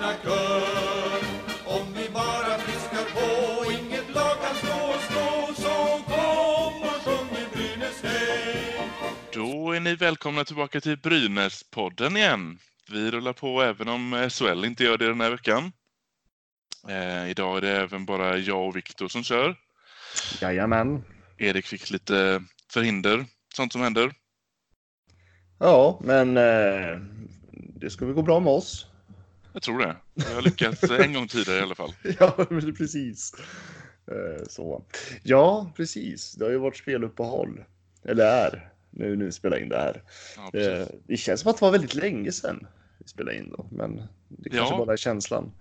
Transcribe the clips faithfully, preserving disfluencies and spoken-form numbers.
sjunga kör. Om vi bara friskar på, inget lag kan slå oss då. Så kom och sjung i Brynäs hej. Då är ni välkomna tillbaka till Brynäs-podden igen. Vi rullar på även om S H L inte gör det den här veckan. Eh, idag är det även bara jag och Viktor som kör. Jajamän. Erik fick lite förhinder, sånt som händer. Ja, men eh, det ska väl gå bra med oss. Jag tror det. Jag har lyckats en gång tidigare i alla fall. Ja, men precis. Eh, så. Ja, precis. Det har ju varit speluppehåll. Eller är. Nu, nu spelar in det här. Ja, Eh, precis. det känns som att det var väldigt länge sedan vi spelade in då. Men det kanske Ja. bara är känslan.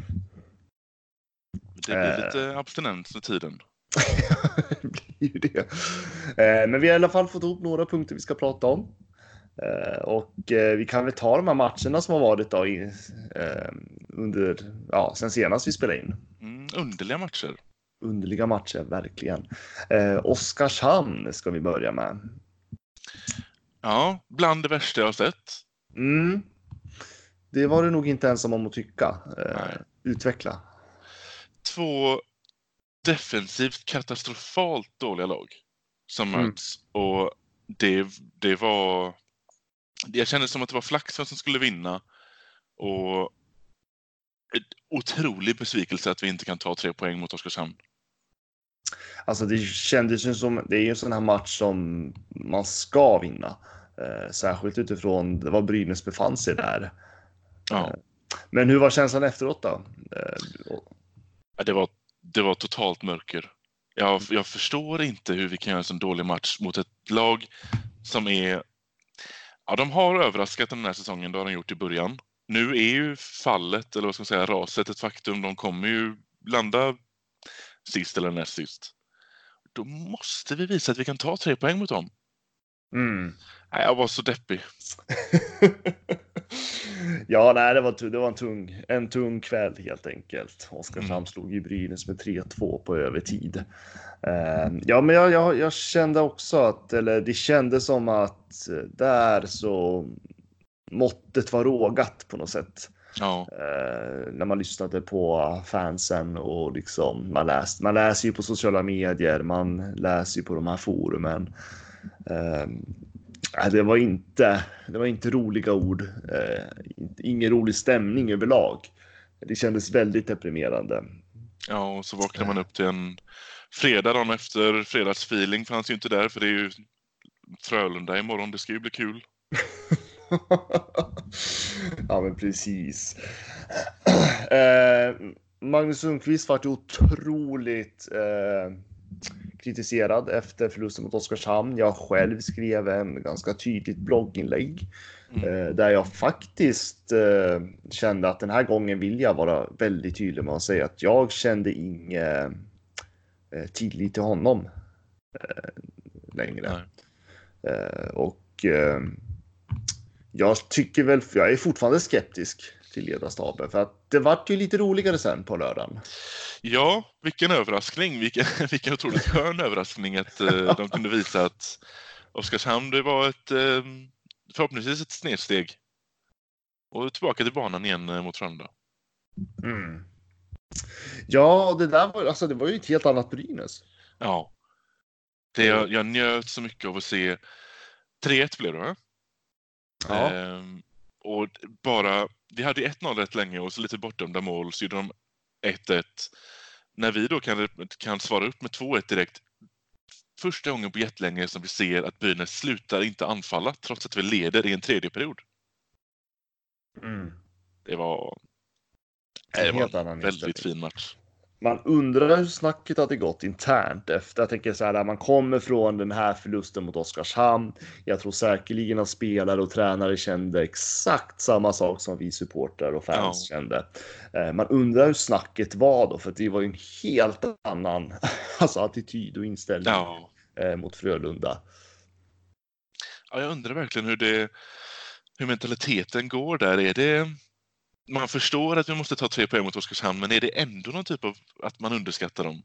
Det blir lite abstinens med tiden. Det blir ju det. Eh, men vi har i alla fall fått ihop några punkter vi ska prata om. Eh, och eh, vi kan väl ta de här matcherna som har varit då i, eh, under, ja, sen senast vi spelade in. Mm, underliga matcher. Underliga matcher, verkligen. Eh, Oskarshamn ska vi börja med. Ja, bland det värsta jag har sett. Mm. Det var det nog inte ensam om att tycka. Eh, Nej. utveckla. Två defensivt katastrofalt dåliga lag som Mm. möts. Och det, det var... Jag kände som att det var Flaxman som skulle vinna. Och en otrolig besvikelse att vi inte kan ta tre poäng mot Oskarshamn. Alltså det kändes ju som, det är ju en sån här match som man ska vinna. Eh, särskilt utifrån vad Brynäs befann sig där. Ja. Eh, men hur var känslan efteråt då? Eh, och- Ja, det var, det var totalt mörker. Jag, jag förstår inte hur vi kan göra en sån dålig match mot ett lag som är... Ja, de har överraskat den här säsongen, det har de gjort i början. Nu är ju fallet, eller vad ska man säga, raset ett faktum. De kommer ju landa sist eller näst sist. Då måste vi visa att vi kan ta tre poäng mot dem. Mm. Nej, jag var så deppig. Ja, nej, det var, det var en, tung, en tung kväll helt enkelt. Oskarshamn Mm. slog i Brynäs med tre två på övertid. Eh, ja, men jag, jag, jag kände också att, eller det kändes som att där så måttet var rågat på något sätt. Ja, Eh, när man lyssnade på fansen och liksom man läste, man läser ju på sociala medier, man läser ju på de här forumen. Eh, nej, det var inte, det var inte roliga ord, eh, ingen rolig stämning överlag. Det kändes väldigt deprimerande. ja, och så vaknar man upp till en fredag dagen efter. Fredagsfeeling fanns ju inte där, för det är ju Frölunda imorgon. Det ska ju bli kul. Ja, men precis. Eh, Magnus Sundqvist var otroligt eh, kritiserad efter förlusten mot Oskarshamn. Jag själv skrev en ganska tydligt blogginlägg Mm. eh, där jag faktiskt eh, kände att den här gången vill jag vara väldigt tydlig med att säga att jag kände ingen eh, tillit till honom eh, längre. Nej. Eh, och eh, jag tycker väl, jag är fortfarande skeptisk till ledarstaben för att det vart ju lite roligare sen på lördagen. Ja, vilken överraskning. Vilken, vilken otroligt skön överraskning att eh, de kunde visa att Oskarshamn, det var ett eh, förhoppningsvis ett snedsteg. Och tillbaka till banan igen eh, mot Frölunda. Mm. Ja, det där var, alltså, det var ju ett helt annat Brynäs. Ja. Det, jag, jag njöt så mycket av att se tre ett blev det, va? Ja. Ehm, och bara, vi hade ju ett noll rätt länge och så lite bortdömda mål, så gjorde de ett ett. När vi då kan, kan svara upp med två ett direkt, första gången på jättelänge som vi ser att Brynäs slutar inte anfalla trots att vi leder i en tredje period. Mm. Det var, En det var helt en annan väldigt inställning. fin match. Man undrar hur snacket hade gått internt efter. Jag tänker så här, man kommer från den här förlusten mot Oskarshamn. Jag tror säkerligen att spelare och tränare kände exakt samma sak som vi supportrar och fans Ja. kände. Eh, Man undrar hur snacket var då, för att det var ju en helt annan alltså, attityd och inställning Ja. eh, mot Frölunda. Ja, jag undrar verkligen hur det, hur mentaliteten går där. Är det, man förstår att vi måste ta tre poäng mot Oskarshamn, men är det ändå någon typ av att man underskattar dem?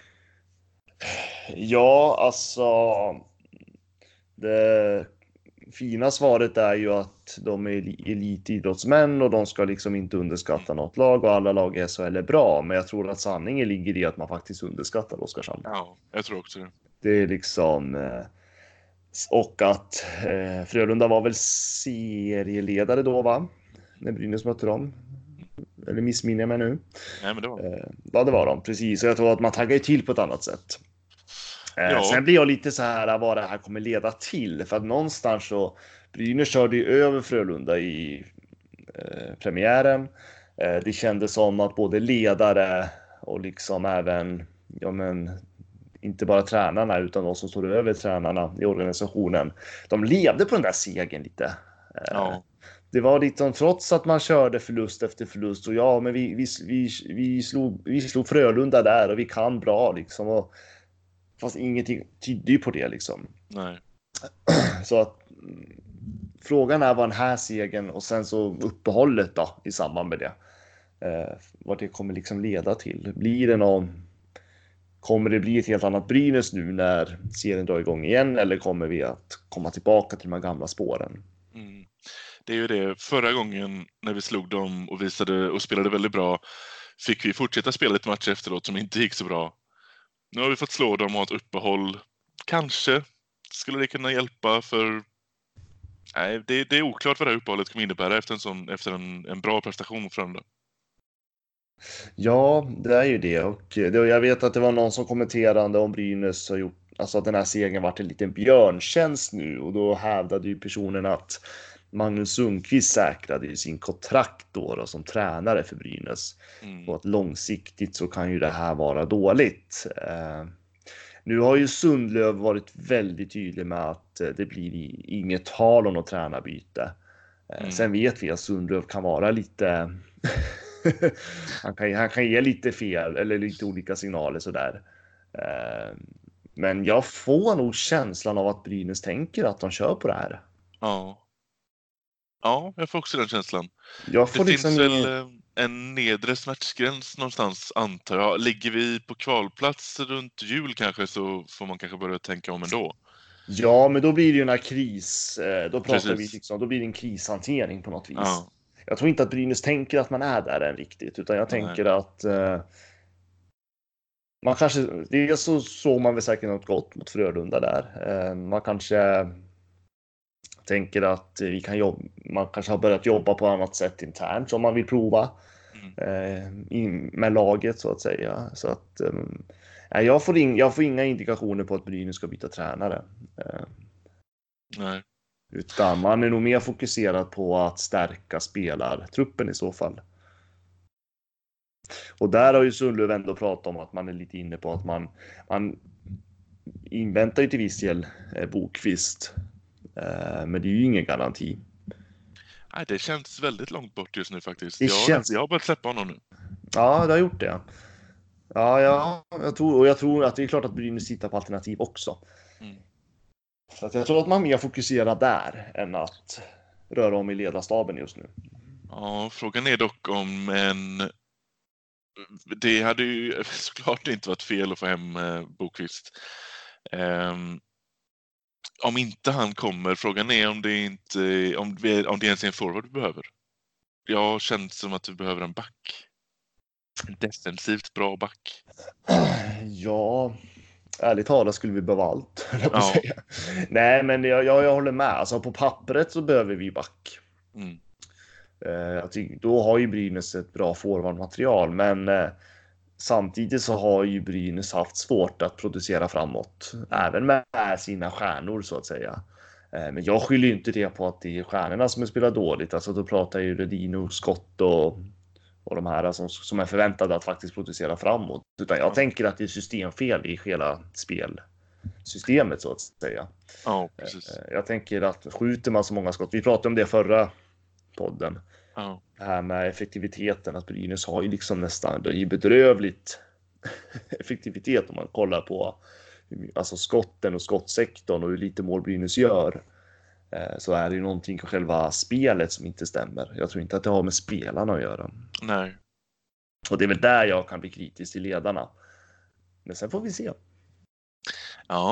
Ja, alltså det fina svaret är ju att de är elitidrottsmän och de ska liksom inte underskatta något lag och alla lag i S H L är bra. Men jag tror att sanningen ligger i att man faktiskt underskattar Oskarshamn. Ja, jag tror också det. Det är liksom... Eh, och att eh, Frölunda var väl serieledare då, va? När Brynäs mötte dem. Eller missminner jag mig nu? Nej, men det var eh, Ja, det var de. Precis. Och jag tror att man taggar ju till på ett annat sätt. Eh, Ja. Sen blir jag lite så här vad det här kommer leda till. För att någonstans så... Brynäs körde ju över Frölunda i eh, premiären. Eh, det kändes som att både ledare och liksom även... Ja, men... Inte bara tränarna utan de som står över tränarna i organisationen. De levde på den där segern lite. Ja. Det var lite trots att man körde förlust efter förlust. Och ja, men vi, vi, vi, vi, slog, vi slog Frölunda där och vi kan bra liksom. Och, fast ingenting tydde ju på det liksom. Nej. Så att frågan är vad den här segern och sen så uppehållet då i samband med det. Eh, vad det kommer liksom leda till. Blir det någon... Kommer det bli ett helt annat Brynäs nu när serien drar igång igen eller kommer vi att komma tillbaka till de här gamla spåren? Mm. Det är ju det. Förra gången när vi slog dem och visade och spelade väldigt bra fick vi fortsätta spela ett match efteråt som inte gick så bra. Nu har vi fått slå dem och ha ett uppehåll. Kanske skulle det kunna hjälpa för... Nej, det, det är oklart vad det här uppehållet kommer innebära efter en, sån, efter en, en bra prestation från det. Ja, det är ju det. Och det, jag vet att det var någon som kommenterade om Brynäs har gjort, alltså att den här segern varit en liten björntjänst nu. Och då hävdade ju personen att Magnus Sundqvist säkrade ju sin kontrakt då, då som tränare för Brynäs. Mm. Och att långsiktigt så kan ju det här vara dåligt. Eh, nu har ju Sundlöv varit väldigt tydlig med att det blir inget tal om något tränarbyte. Eh, mm. Sen vet vi att Sundlöv kan vara lite... han, kan, han kan ge lite fel eller lite olika signaler sådär. Eh, men jag får nog känslan av att Brynäs tänker att de kör på det här. Ja. Ja, jag får också den känslan. Jag får det liksom finns väl en nedre smärtgräns någonstans, antar jag. Ligger vi på kvalplats runt jul kanske så får man kanske börja tänka om ändå. Ja, men då blir det ju en kris. Då pratar Precis. vi liksom, då blir det en krishantering på något vis. Ja. Jag tror inte att Brynäs tänker att man är där än riktigt, utan jag tänker Nej. att eh, man kanske, dels så såg man väl säkert något gott mot Frölunda där. Eh, man kanske tänker att vi kan jobba, man kanske har börjat jobba på annat sätt internt som man vill prova mm. eh, in, med laget så att säga. Så att eh, jag, får in, jag får inga indikationer på att Brynäs ska byta tränare. Eh, Nej. Utan man är nog mer fokuserad på att stärka spelartruppen i så fall. Och där har ju Sundlöv ändå pratat om att man är lite inne på att man, man inväntar ju till viss del eh, Bokvist. Eh, men det är ju ingen garanti. Nej, det känns väldigt långt bort just nu faktiskt. Det jag, känns... jag har börjat släppa honom nu. Ja, det har gjort det. Ja, ja jag tror, och jag tror att det är klart att Brynäs sitter på alternativ också. Mm. Så att jag tror att man är mer fokuserad där än att röra om i ledarstaben just nu. Ja, frågan är dock om en... Det hade ju såklart inte varit fel att få hem eh, Bokvist. Um, om inte han kommer, frågan är om det inte om det, om det ens är en forward vi behöver. Jag känner som att vi behöver en back. En defensivt bra back. Ja... Ärligt talat skulle vi behöva allt. Ja. Säga. Nej, men jag, jag, jag håller med. Alltså, på pappret så behöver vi back. Mm. Eh, jag tycker, då har ju Brynäs ett bra forwardmaterial. Men eh, samtidigt så har ju Brynäs haft svårt att producera framåt. Även med sina stjärnor så att säga. Eh, men jag skyller ju inte det på att det är stjärnorna som spelar dåligt. Alltså då pratar ju Redino, Scott och... och de här som, som är förväntade att faktiskt producera framåt. Utan jag tänker att det är systemfel i hela spelsystemet så att säga. Ja, precis. Jag tänker att skjuter man så många skott, vi pratade om det förra podden. Ja. Det här med effektiviteten, att Brynäs har ju liksom nästan, det är ju bedrövligt effektivitet om man kollar på alltså skotten och skottsektorn och hur lite mål Brynäs gör. Så är det ju någonting på själva spelet som inte stämmer. Jag tror inte att det har med spelarna att göra. Nej. Och det är väl där jag kan bli kritisk till ledarna. Men sen får vi se. Ja,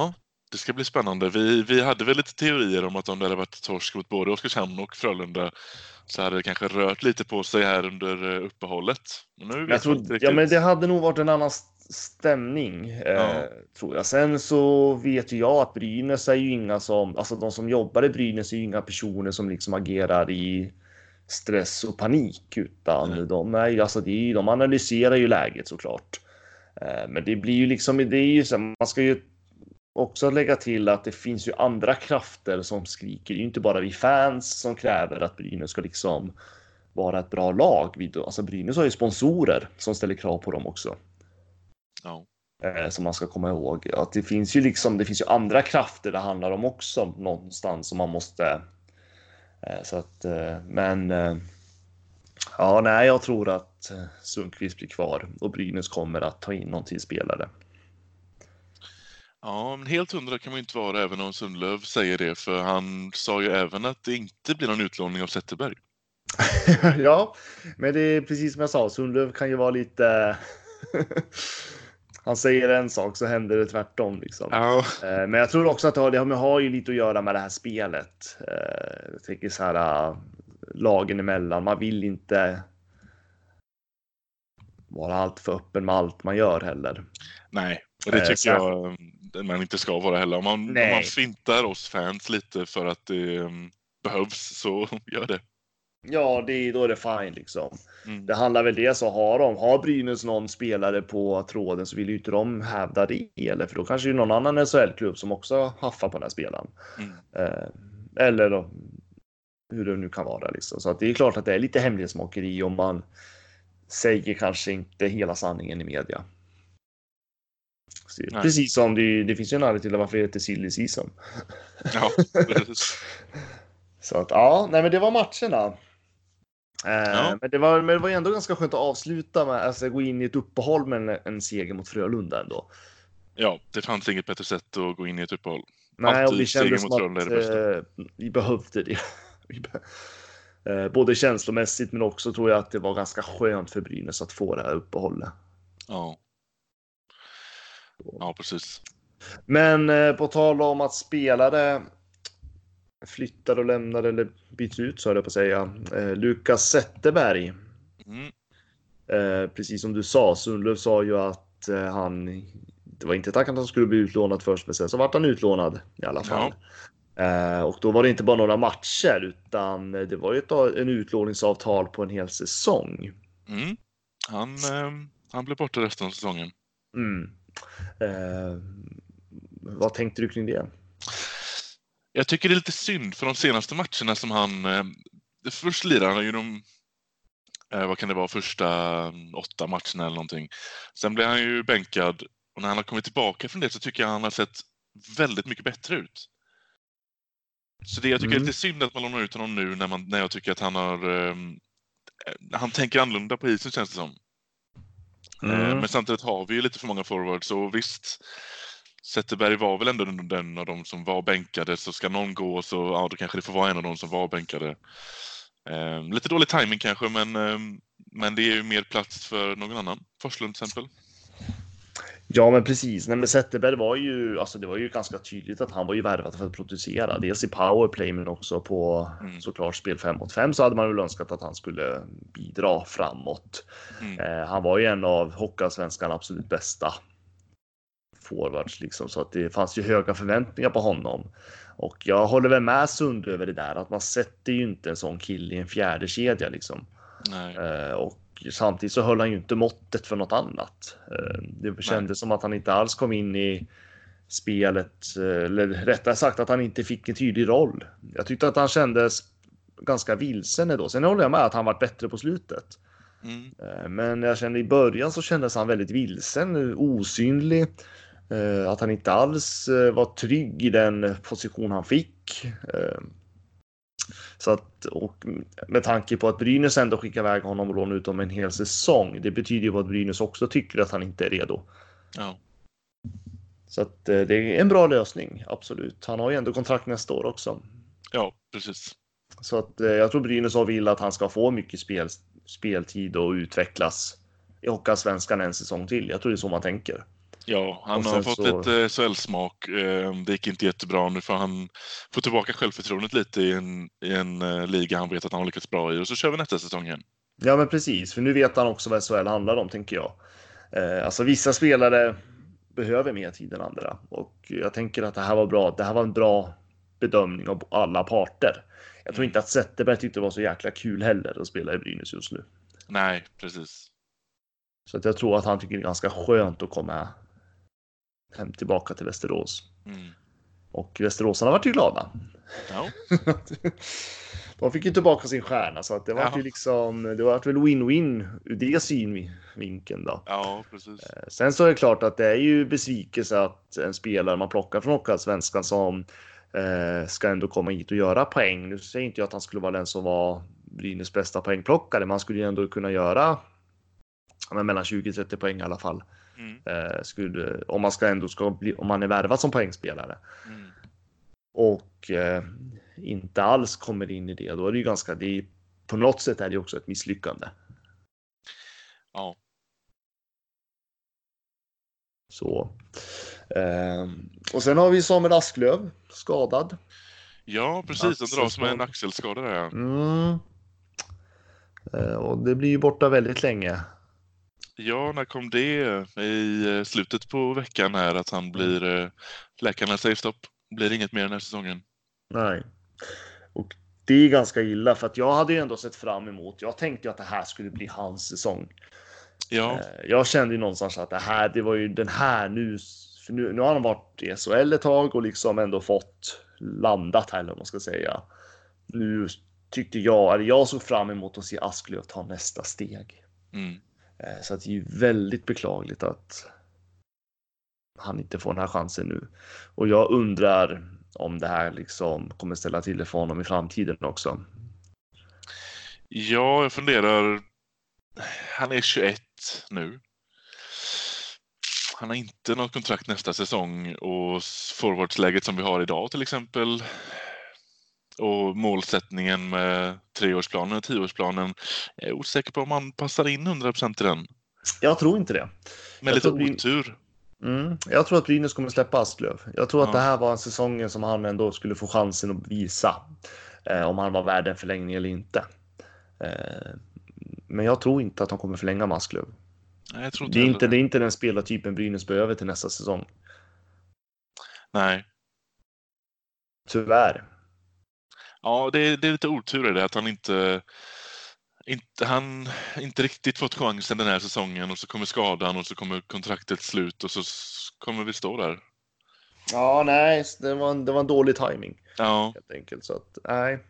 det ska bli spännande. Vi, vi hade väl lite teorier om att om det hade varit torsk mot både Oskarshamn och Frölunda så hade det kanske rört lite på sig här under uppehållet. Men nu vet Jag tror, inte ja, men riktigt. det hade nog varit en annan stämning, eh, Ja. tror jag. Sen så vet ju jag att Brynäs är ju inga som, alltså de som jobbar i Brynäs är ju inga personer som liksom agerar i stress och panik, utan Nej. de är ju, alltså det är, de analyserar ju läget såklart. Eh, men det blir ju liksom, det är ju så, man ska ju också lägga till att det finns ju andra krafter som skriker. Det är ju inte bara vi fans som kräver att Brynäs ska liksom vara ett bra lag. Alltså Brynäs har ju sponsorer som ställer krav på dem också. Ja. Eh, som man ska komma ihåg. Att det finns ju liksom, det finns ju andra krafter det handlar om också någonstans som man måste. Eh, så att, eh, men eh, ja, nej, jag tror att Sundqvist blir kvar och Brynäs kommer att ta in någon till spelare. Ja, men helt hundra kan man inte vara även om Sundlöv säger det, för han sa ju även att det inte blir någon utlåning av Zetterberg. Ja, men det är precis som jag sa, Sundlöv kan ju vara lite han säger en sak så händer det tvärtom liksom. Ja. Men jag tror också att det har, det har ju lite att göra med det här spelet. Jag tänker så här, lagen emellan, man vill inte vara allt för öppen med allt man gör heller. Nej, och det tycker äh, jag man inte ska vara heller. Om man, om man fintar oss fans lite för att det um, behövs, så gör det. Ja, det, då är det fine liksom. Mm. Det handlar väl det, så har de, har Brynäs någon spelare på tråden så vill ju inte de hävda det, eller för då kanske det är någon annan S H L-klubb som också haffar på den här spelaren. Mm. Eh, eller då, hur det nu kan vara liksom. Så att det är klart att det är lite hemlighetsmakeri om man säger kanske inte hela sanningen i media. Så, precis som det, det finns ju en anledning till varför det heter silly season. Ja, så att ja, nej men det var matcherna. Eh, ja. men, det var, men det var ändå ganska skönt att avsluta med att alltså, gå in i ett uppehåll med en, en seger mot Frölunda ändå. Ja, det fanns inget bättre sätt att gå in i ett uppehåll. Nej, Alltid och det kändes som att eh, vi behövde det. eh, både känslomässigt men också tror jag att det var ganska skönt för Brynäs att få det här uppehållet. Ja. Ja, precis. Men eh, på tal om att spelare flyttar och lämnar eller byts ut, så är det på att säga. Eh, Lukas Zetterberg. Mm. Eh, precis som du sa, Sundlöv sa ju att eh, han, det var inte tanken att han skulle bli utlånad först, men sen så vart han utlånad i alla fall. Ja. Eh, och då var det inte bara några matcher, utan det var ju ett, en utlåningsavtal på en hel säsong. Mm. Han, eh, han blev borta resten av säsongen. Mm. Eh, vad tänkte du kring det? Jag tycker det är lite synd för de senaste matcherna som han... Eh, först lirade han ju de... Eh, vad kan det vara? Första åtta matcherna eller någonting. Sen blev han ju bänkad. Och när han har kommit tillbaka från det så tycker jag han har sett väldigt mycket bättre ut. Så det jag tycker mm. är lite synd att man lånar ut honom nu när, man, när jag tycker att han har... Eh, han tänker annorlunda på isen, känns det som. Mm. Eh, men samtidigt har vi ju lite för många forwards. Och visst... Zetterberg var väl ändå den av dem som var bänkade, så ska någon gå så ja, då kanske det får vara en av dem som var bänkade. Eh, lite dålig timing kanske, men, eh, men det är ju mer plats för någon annan. Forslund till exempel. Ja, men precis. Nej, men Zetterberg var ju, alltså det var ju ganska tydligt att han var ju värvad för att producera. Dels i powerplay men också på mm. såklart spel fem mot fem så hade man väl önskat att han skulle bidra framåt. Mm. Eh, han var ju en av Hockeyallsvenskans absolut bästa forwards liksom, så att det fanns ju höga förväntningar på honom. Och jag håller väl med Sund över det där, att man sätter ju inte en sån kille i en fjärde kedja liksom. Nej. Eh, och samtidigt så höll han ju inte måttet för något annat. Eh, det kändes Nej. som att han inte alls kom in i spelet, eller rättare sagt att han inte fick en tydlig roll. Jag tyckte att han kändes ganska vilsen då. Sen håller jag med att han var bättre på slutet. Mm. Eh, men jag kände i början så kändes han väldigt vilsen, osynlig. Att han inte alls var trygg i den position han fick. Så att, och med tanke på att Brynäs ändå skickar iväg honom och lånar ut om en hel säsong, det betyder ju att Brynäs också tycker att han inte är redo. Ja. Så att det är en bra lösning, absolut. Han har ju ändå kontrakt nästa år också. Ja, precis. Så att jag tror Brynäs vill att han ska få mycket spel, speltid och utvecklas i Hockeyallsvenskan en säsong till. Jag tror det är så man tänker. Ja, han Och har sen fått så- lite S H L-smak. Eh, Det gick inte jättebra. Nu får han få tillbaka självförtroendet lite i en, i en eh, liga han vet att han har lyckats bra i. Och så kör vi nästa säsong igen. Ja, men precis. För nu vet han också vad S H L handlar om, tänker jag. Eh, alltså vissa spelare behöver mer tid än andra. Och jag tänker att det här var bra. Det här var en bra bedömning av alla parter. Jag tror inte att Zetterberg tyckte det var så jäkla kul heller att spela i Brynäs just nu. Nej, precis. Så att jag tror att han tycker det är ganska skönt att komma hem tillbaka till Västerås. Mm. Och Västeråsarna var ju glada. Ja. De fick ju tillbaka sin stjärna, så att det var Ja. ju liksom, det var väl win-win ur det synvinkeln då. Ja, precis. Sen så är det klart att det är ju besvikelse att en spelare man plockar från Hockeyallsvenskan som eh, ska ändå komma hit och göra poäng. Nu säger inte jag att han skulle vara den som var Brynäs bästa poängplockare. Man skulle ju ändå kunna göra men mellan tjugo till trettio poäng i alla fall. Mm. Eh, skulle, om man ska ändå ska bli, om man är värvad som poängspelare. Mm. Och eh, inte alls kommer in i det, då är det ju ganska, det är, på något sätt är det också ett misslyckande. Ja. Så. Eh, och sen har vi Samuel Asklöv skadad. Ja, precis. Han dras med en Axelskada. axelskada där. Ja. Mm. Eh, och det blir ju borta väldigt länge. Ja, när kom det? I eh, slutet på veckan här att han blir eh, läkarna säger stopp. Blir inget mer den här säsongen. Nej. Och det är ganska illa, för att jag hade ju ändå sett fram emot. Jag tänkte ju att det här skulle bli hans säsong. Ja, Eh, Jag kände ju någonstans att det här, det var ju den här nu, för nu, nu har han varit i S H L ett tag och liksom ändå fått landat här, eller vad man ska säga. Nu tyckte jag, eller jag såg fram emot att se Asklöv ta nästa steg. mm. Eh, Så att det är ju väldigt beklagligt att han inte får den här chansen nu. Och jag undrar om det här liksom kommer ställa till det för honom i framtiden också. Ja, jag funderar. Han är tjugoett nu. Han har inte något kontrakt nästa säsong och forwardsläget som vi har idag till exempel. Och målsättningen med treårsplanen och tioårsplanen. Jag är osäker på om han passar in hundra procent i den. Jag tror inte det. Med Jag lite tror vi- otur. Mm. Jag tror att Brynäs kommer släppa Asklöv. Jag tror att Ja. det här var en säsongen som han ändå skulle få chansen att visa eh, om han var värd en förlängning eller inte. Eh, men jag tror inte att de kommer förlänga med Asklöv. Nej, jag tror Det är, inte, heller. det är inte den spelartypen Brynäs behöver till nästa säsong. Nej. Tyvärr. Ja, det är, det är lite otur i det att han inte, inte, han inte riktigt fått chansen den här säsongen och så kommer skadan och så kommer kontraktet slut och så s- kommer vi stå där. Ja, nej, det var en, det var en dålig timing Ja, helt enkelt. Så att, nej.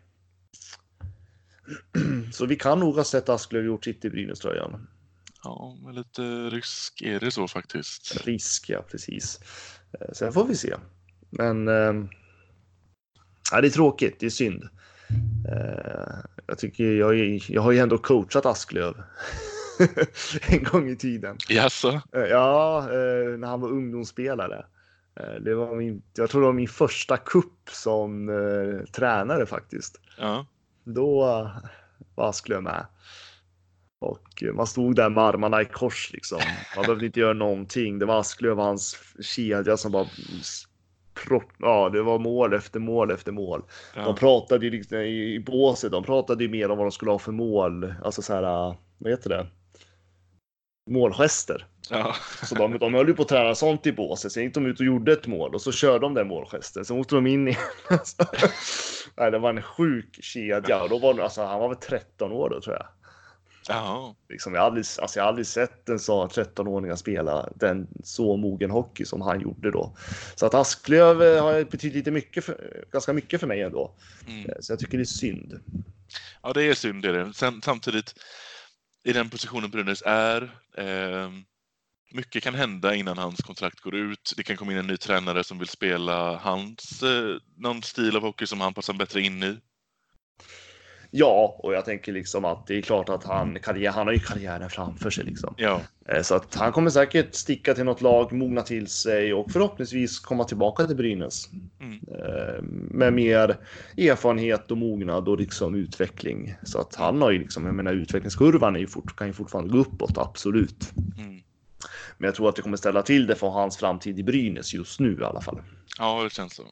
Så vi kan nog ha sett Asklöv gjort sitt i Brynäs-tröjan. ja, med lite risk är det så faktiskt. Risk, ja, precis. Eh, Sen får vi se. Men eh, ja, det är tråkigt, det är synd. Eh, jag tycker jag, är- jag har ju ändå coachat Asklöv en gång i tiden. Jaså? Eh, Ja, eh, när han var ungdomsspelare. Eh, Det var min, jag tror det var min första kupp som eh, tränare faktiskt. Ja. Då eh, var Asklöv med. Och eh, man stod där med armarna i kors liksom. Man behövde inte göra någonting. Det var Asklöv och hans kedja som bara s- propp, ja, det var mål efter mål efter mål. De Ja. pratade ju liksom i, i båset, de pratade ju mer om vad de skulle ha för mål. Alltså så här, eh, vad heter det? Målgester. Ja. Så de, de höll ju på att träna sånt i båset. Sen gick de ut och gjorde ett mål och så körde de den målgesten. Sen åkte de in i... Nej, det var en sjuk kedja. Och då var, alltså, han var väl tretton år då tror jag. Jaha. Liksom, jag, har aldrig, alltså, jag har aldrig sett en sån tretton-åring spela den så mogen hockey som han gjorde då. Så att Asklöv eh, har betytt lite mycket för, ganska mycket för mig ändå. Mm. Eh, Så jag tycker det är synd. Ja, det är synd det är det. Sen, samtidigt, i den positionen Brynäs är, eh, mycket kan hända innan hans kontrakt går ut. Det kan komma in en ny tränare som vill spela hans, eh, någon stil av hockey som han passar bättre in i. Ja, och jag tänker liksom att det är klart att han, karriär, han har ju karriären framför sig liksom. Ja, Eh, Så att han kommer säkert sticka till något lag, mogna till sig och förhoppningsvis komma tillbaka till Brynäs. Mm. Eh, Med mer erfarenhet och mognad och liksom utveckling. Så att han har ju liksom, jag menar utvecklingskurvan är ju fort, kan ju fortfarande gå uppåt, absolut. mm. Men jag tror att det kommer ställa till det för hans framtid i Brynäs just nu i alla fall. Ja, det känns så.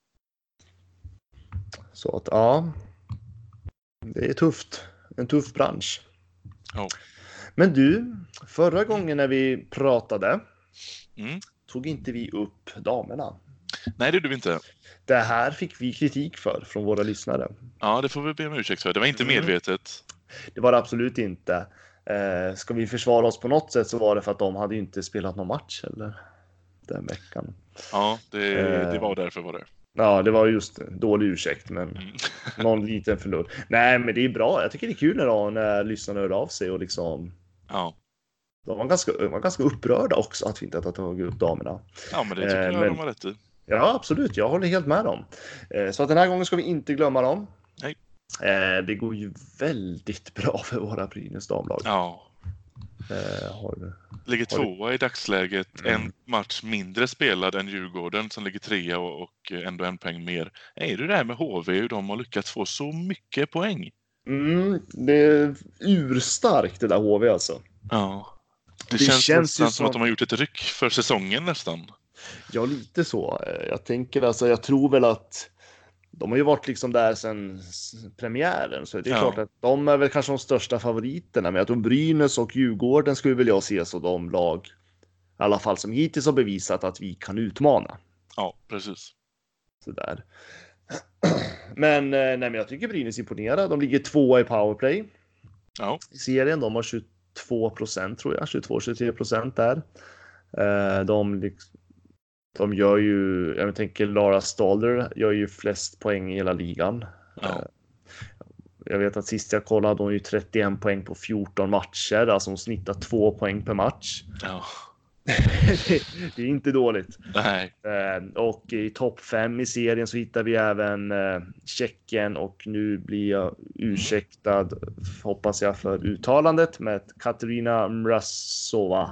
Så att ja, det är tufft. En tuff bransch. Ja. Men du, förra gången när vi pratade Mm. tog inte vi upp damerna. Nej, det gjorde vi inte. Det här fick vi kritik för från våra lyssnare. Ja, det får vi be om ursäkt för. Det var inte medvetet. Det var det absolut inte. Eh, ska vi försvara oss på något sätt så var det för att de hade ju inte spelat någon match eller den veckan. Ja, det, Eh. det var därför var det. Ja, det var just en dålig ursäkt, men Mm. någon liten förlust. Nej, men det är bra. Jag tycker det är kul när, när lyssnarna hör av sig och liksom... Ja. De var ganska, de var ganska upprörda också att vi inte har tagit upp damerna. Ja, men det tycker Eh, jag men- de har rätt i. Ja, absolut. Jag håller helt med dem. Eh, Så att den här gången ska vi inte glömma dem. Nej. Eh, Det går ju väldigt bra för våra Brynäs damlag. Ja. Eh, Har... Ligger Har du- tvåa i dagsläget. Mm. En match mindre spelad än Djurgården som ligger trea och, och ändå en poäng mer. Är det där med H V hur de har lyckats få så mycket poäng? Mm, det är urstarkt det där H V alltså. Ja. Det, Det känns, känns nästan ju som som- att de har gjort ett ryck för säsongen nästan. Ja, lite så. Eh, Jag tänker alltså, jag tror väl att de har ju varit liksom där sedan s- premiären, så det är Ja. klart att de är väl kanske de största favoriterna. Men jag tror Brynäs och Djurgården skulle väl jag se som de lag, i alla fall som hittills har bevisat att vi kan utmana. Ja, precis. Sådär. Men, eh, nej, men jag tycker Brynäs imponerar. De ligger tvåa i powerplay Ja, i serien. De har tjugotvå procent tror jag, tjugotvå till tjugotre procent där. Eh, De, liksom, de gör ju, jag tänker Lara Stalder gör ju flest poäng i hela ligan. ja. Jag vet att sist jag kollade hade hon ju trettioen poäng på fjorton matcher, alltså hon snittar två poäng per match. ja. Det är inte dåligt. Nej. Eh, Och i topp fem i serien så hittar vi även eh, Tjeckien, och nu blir jag ursäktad, hoppas jag, för uttalandet med Katarina Mrazova.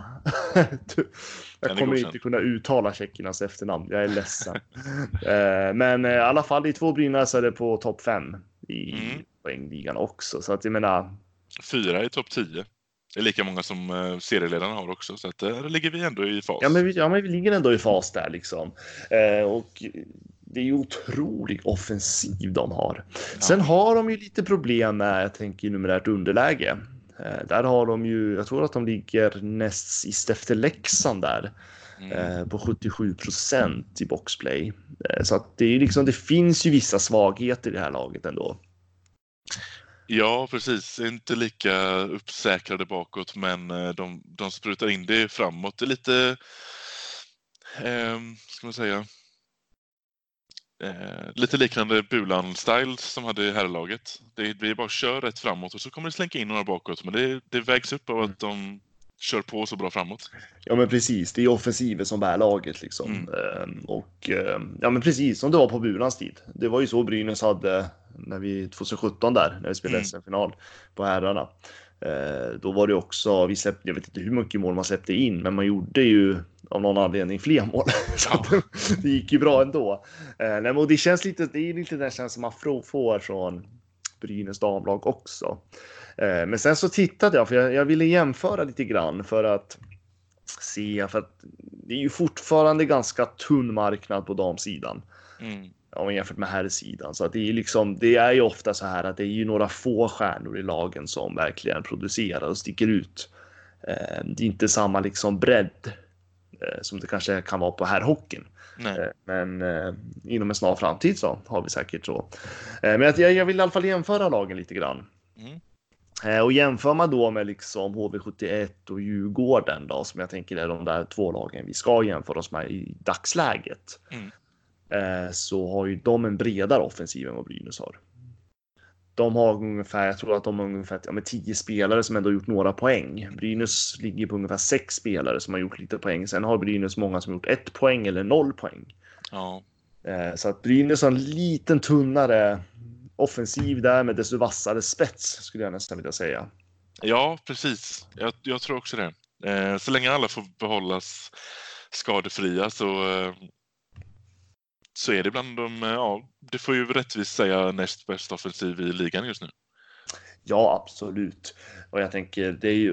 Jag är kommer godkänd. inte kunna uttala tjeckernas efternamn, jag är ledsen. Eh, Men eh, i alla fall i två Brynäs är det på topp fem i Mm. poängligan också. Så att jag menar, Fyra i topp tio. Det är lika många som eh, serieledarna har också. Så att där ligger vi ändå i fas. ja men, vi, ja men vi ligger ändå i fas där liksom. Eh, och det är ju otroligt offensiv de har. Sen har de ju lite problem med, jag tänker, numerärt underläge. Eh, där har de ju, jag tror att de ligger näst sist efter Leksand där. Mm. Eh, på sjuttiosju procent i boxplay. Eh, så att det är liksom, det finns ju vissa svagheter i det här laget ändå. Ja, precis. Inte lika uppsäkrade bakåt, men eh, de, de sprutar in det framåt. Det är lite, eh, ska man säga, eh, lite liknande Bulan-style som hade i herrlaget. Det blir bara kör rätt framåt och så kommer det slänka in några bakåt, men det, det vägs upp av att de kör på så bra framåt. Ja men precis, det är offensiven som bär laget liksom. Mm. Ehm, och ehm, ja men precis som det var på Burans tid. Det var ju så Brynäs hade när vi tjugohundrasjutton där, när vi spelade Mm. S M-final på herrarna. Ehm, då var det också, vi släppte, jag vet inte hur mycket mål man släppte in, men man gjorde ju av någon anledning fler mål. Så Ja. att det, det gick ju bra ändå. Ehm, nej, men och det känns lite, det är lite den känslan man frå- får från Brynäs damlag också. Ehm, men sen så tittade jag, för jag, jag ville jämföra lite grann för att se, för att det är ju fortfarande ganska tunn marknad på damsidan Mm. om man jämfört med herrsidan. Så att det är liksom, det är ju ofta så här att det är ju några få stjärnor i lagen som verkligen producerar och sticker ut. Eh, Det är inte samma liksom bredd eh, som det kanske kan vara på herrhockeyn. Nej. Eh, Men eh, inom en snar framtid så har vi säkert så. Eh, Men jag, jag vill i alla fall jämföra lagen lite grann. Mm. Eh, Och jämför man då med liksom H V sjuttioett och Djurgården då, som jag tänker är de där två lagen vi ska jämföra oss med i dagsläget. Mm. Eh, Så har ju de en bredare offensiv än vad Brynäs har. De har ungefär, jag tror att de har ungefär ja, med tio spelare som ändå har gjort några poäng. Brynäs ligger på ungefär sex spelare som har gjort lite poäng. Sen har Brynäs många som har gjort ett poäng eller noll poäng. Ja. Eh, Så att Brynäs har en liten tunnare offensiv där med desto vassare spets skulle jag nästan vilja säga. Ja, precis. Jag, jag tror också det. Eh, så länge alla får behållas skadefria så, eh, så är det bland de, eh, ja, det får ju rättvist säga näst bäst offensiv i ligan just nu. Ja, absolut. Och jag tänker, det är ju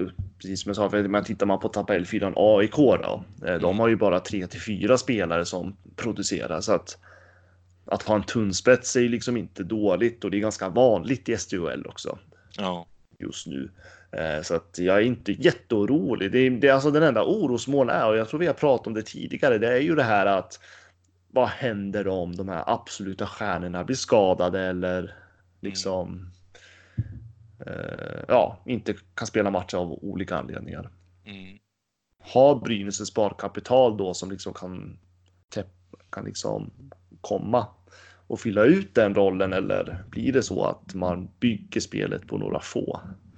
precis som jag sa, för man tittar man på tabellfyran A I K då, de har ju bara tre till fyra spelare som producerar, så att att ha en tunnspets är ju liksom inte dåligt, och det är ganska vanligt i S D U L också. Ja. Just nu. Så att jag är inte jätteorolig. Det är, det är alltså den enda orosmål är, och jag tror vi har pratat om det tidigare, det är ju det här att vad händer om de här absoluta stjärnorna blir skadade eller liksom mm. ja, inte kan spela matcher av olika anledningar. Mm. Har Brynäs ett sparkapital då som liksom kan kan liksom komma och fylla ut den rollen, eller blir det så att man bygger spelet på några få?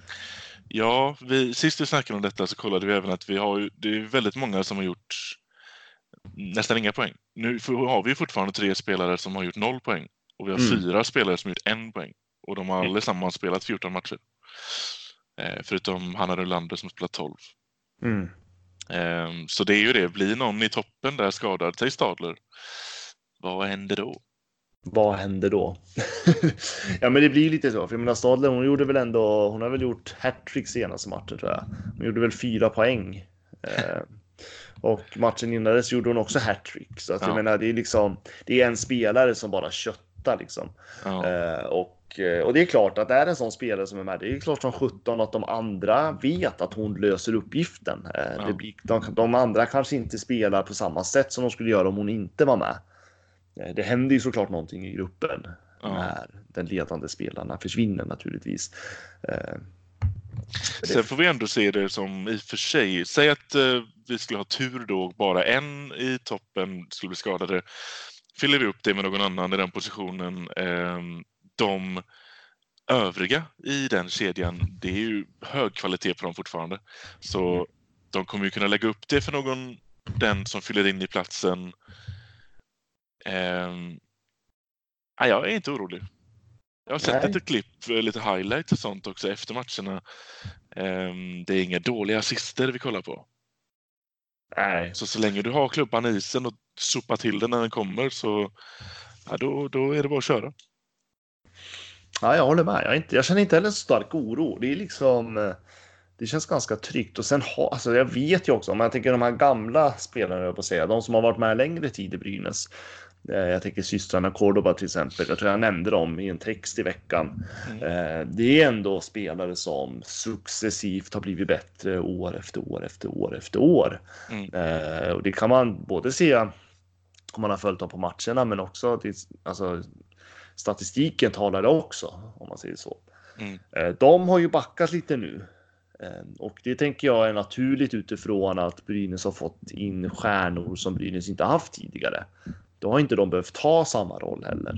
Ja, vi, sist vi snackade om detta så kollade vi även att vi har ju, det är väldigt många som har gjort nästan inga poäng. Nu har vi fortfarande tre spelare som har gjort noll poäng, och vi har mm. fyra spelare som har gjort en poäng, och de har allesammans spelat fjorton matcher. Eh, förutom Hanna Rulander som spelat tolv. Mm. Eh, så det är ju det, blir någon i toppen där skadad, säg Stadler. Vad händer då? Vad händer då? Ja, men det blir ju lite så. För jag menar, Stadler, hon gjorde väl ändå, hon har väl gjort hattrick senaste matchen, tror jag. Hon gjorde väl fyra poäng. Eh, och matchen innan dess gjorde hon också hattrick. Så att ja. jag menar, det är liksom, det är en spelare som bara köttar liksom. Ja. Eh, och, och det är klart att det är en sån spelare som är med. Det är klart som sjutton att de andra vet att hon löser uppgiften. Eh, ja. det blir, de, de andra kanske inte spelar på samma sätt som de skulle göra om hon inte var med. Det händer ju såklart någonting i gruppen ja. när den ledande spelarna försvinner naturligtvis. Eh, Sen får vi ändå se det som i och för sig. Säg att eh, vi skulle ha tur då, bara en i toppen skulle bli skadade. Fyller vi upp det med någon annan i den positionen. Eh, de övriga i den kedjan, det är ju hög kvalitet på dem fortfarande. Så de kommer ju kunna lägga upp det för någon, den som fyller in i platsen. Um, ja, jag är inte orolig. Jag har sett Nej. lite klipp, lite highlights och sånt också efter matcherna. Um, det är inga dåliga assister vi kollar på. Nej. Så så länge du har klubban i isen och sopar till den när den kommer, så ja, då, då är det bara att köra. Ja, jag håller med. Jag, inte, jag känner inte heller så stark oro. Det är liksom... Det känns ganska tryggt. Och sen ha, alltså jag vet ju också, om jag tänker de här gamla spelarna, jag på att säga, de som har varit med längre tid i Brynäs. Jag tänker systrarna Cordoba till exempel. Jag tror jag nämnde dem i en text i veckan. Mm. Det är ändå spelare som successivt har blivit bättre år efter år efter år efter år. Mm. Och det kan man både se om man har följt dem på matcherna, men också alltså, statistiken talar det också, om man säger så. Mm. De har ju backat lite nu. Och det tänker jag är naturligt utifrån att Brynäs har fått in stjärnor som Brynäs inte haft tidigare. Då har inte de behövt ta samma roll heller.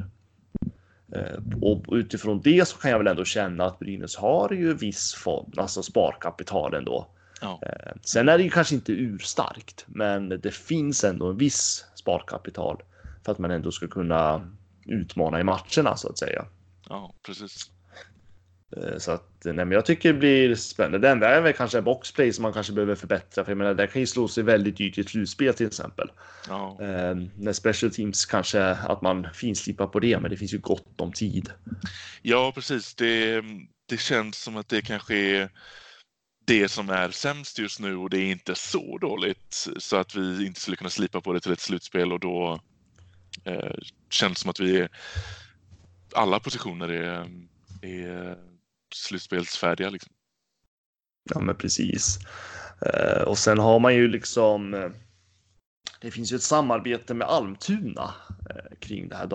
Och utifrån det så kan jag väl ändå känna att Brynäs har ju viss form, alltså sparkapital ändå. Ja. Sen är det ju kanske inte urstarkt, men det finns ändå en viss sparkapital för att man ändå ska kunna utmana i matcherna, så att säga. Ja, precis. Så att, nej, men jag tycker det blir spännande. Den där är väl kanske en boxplay som man kanske behöver förbättra, för jag menar, det kan ju slå sig väldigt dyrt i ett slutspel till exempel. Ja. Eh, när special teams kanske att man finslipar på det, men det finns ju gott om tid. Ja, precis. Det, det känns som att det kanske är det som är sämst just nu, och det är inte så dåligt så att vi inte skulle kunna slipa på det till ett slutspel, och då eh, känns som att vi är, alla positioner är, är slutspelsfärdiga liksom. Ja, men precis. Eh, och sen har man ju liksom eh, det finns ju ett samarbete med Almtuna eh, kring det här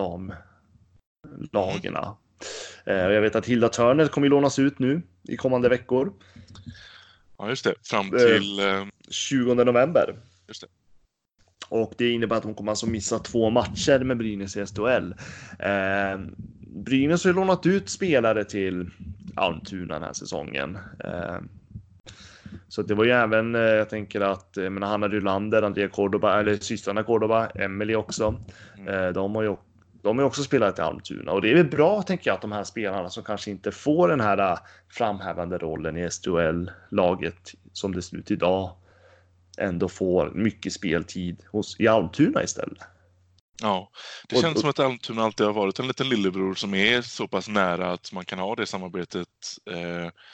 damlagerna. Mm. Eh, och jag vet att Hilda Törner kommer lånas ut nu i kommande veckor. Ja, just det. Fram till eh, tjugonde november. Just det. Och det innebär att hon kommer alltså missa två matcher med Brynäs i S D H L. Eh, Brynäs har ju lånat ut spelare till Almtuna den här säsongen. Eh, så det var ju även, eh, jag tänker att eh, men Hanna Rylander, Andrea Cordoba, eller systrarna Cordoba, Emily också. Eh, de har ju de har också spelat i Almtuna. Och det är väl bra, tänker jag, att de här spelarna som kanske inte får den här framhävande rollen i S D H L-laget som det ser ut idag ändå får mycket speltid hos, i Almtuna istället. Ja, det känns och, och, som att Almtuna alltid har varit en liten lillebror som är så pass nära att man kan ha det samarbetet. Eh,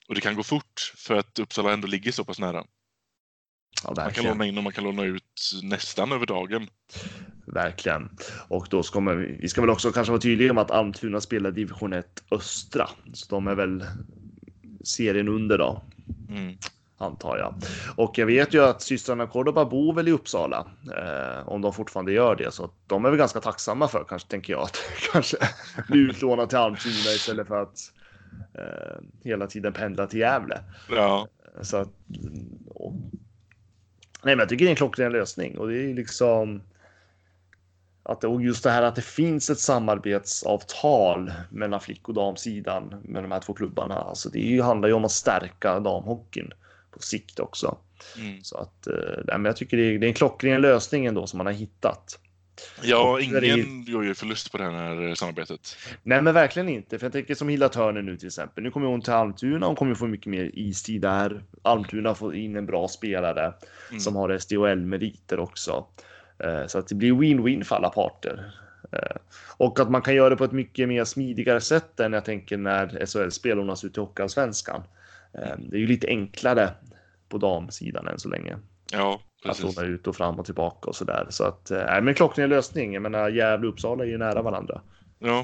Och det kan gå fort för att Uppsala ändå ligger så pass nära. Ja, man kan låna in och man kan låna ut nästan över dagen. Verkligen. Och då ska man, vi ska väl också kanske vara tydliga med att Almtuna spelar division ett östra. Så de är väl serien under då. Mm. Antar jag. Och jag vet ju att systrarna Cordoba bor väl i Uppsala. Eh, om de fortfarande gör det. Så de är väl ganska tacksamma för, kanske tänker jag, att kanske bli utlånade till Almtuna istället för att eh, hela tiden pendla till Gävle. Ja. Så att, och, nej, men jag tycker det är en klockren lösning. Och det är liksom att, och just det här att det finns ett samarbetsavtal mellan flick- och damsidan med de här två klubbarna. Alltså det är ju, handlar ju om att stärka damhockeyn på sikt också. Mm. Så att eh, men jag tycker det är, det är en klockren lösning ändå som man har hittat. Ja, och ingen är... gör ju förlust på det här samarbetet. Nej, men verkligen inte. För jag tänker som Hilda Törner nu till exempel. Nu kommer hon till Almtuna. Hon kommer få mycket mer istid där. Almtuna får in en bra spelare mm. som har S D H L-meriter också. Eh, så att det blir win-win för alla parter. Eh, och att man kan göra det på ett mycket mer smidigare sätt än jag tänker när S H L-spel lånas ut till Hockeyallsvenskan. Eh, det är ju lite enklare på damsidan än så länge. Ja, precis. Att låna ut och fram och tillbaka och sådär. Så att, äh, men klockren lösning. Jag menar, Gävle och Uppsala är ju nära varandra. Ja.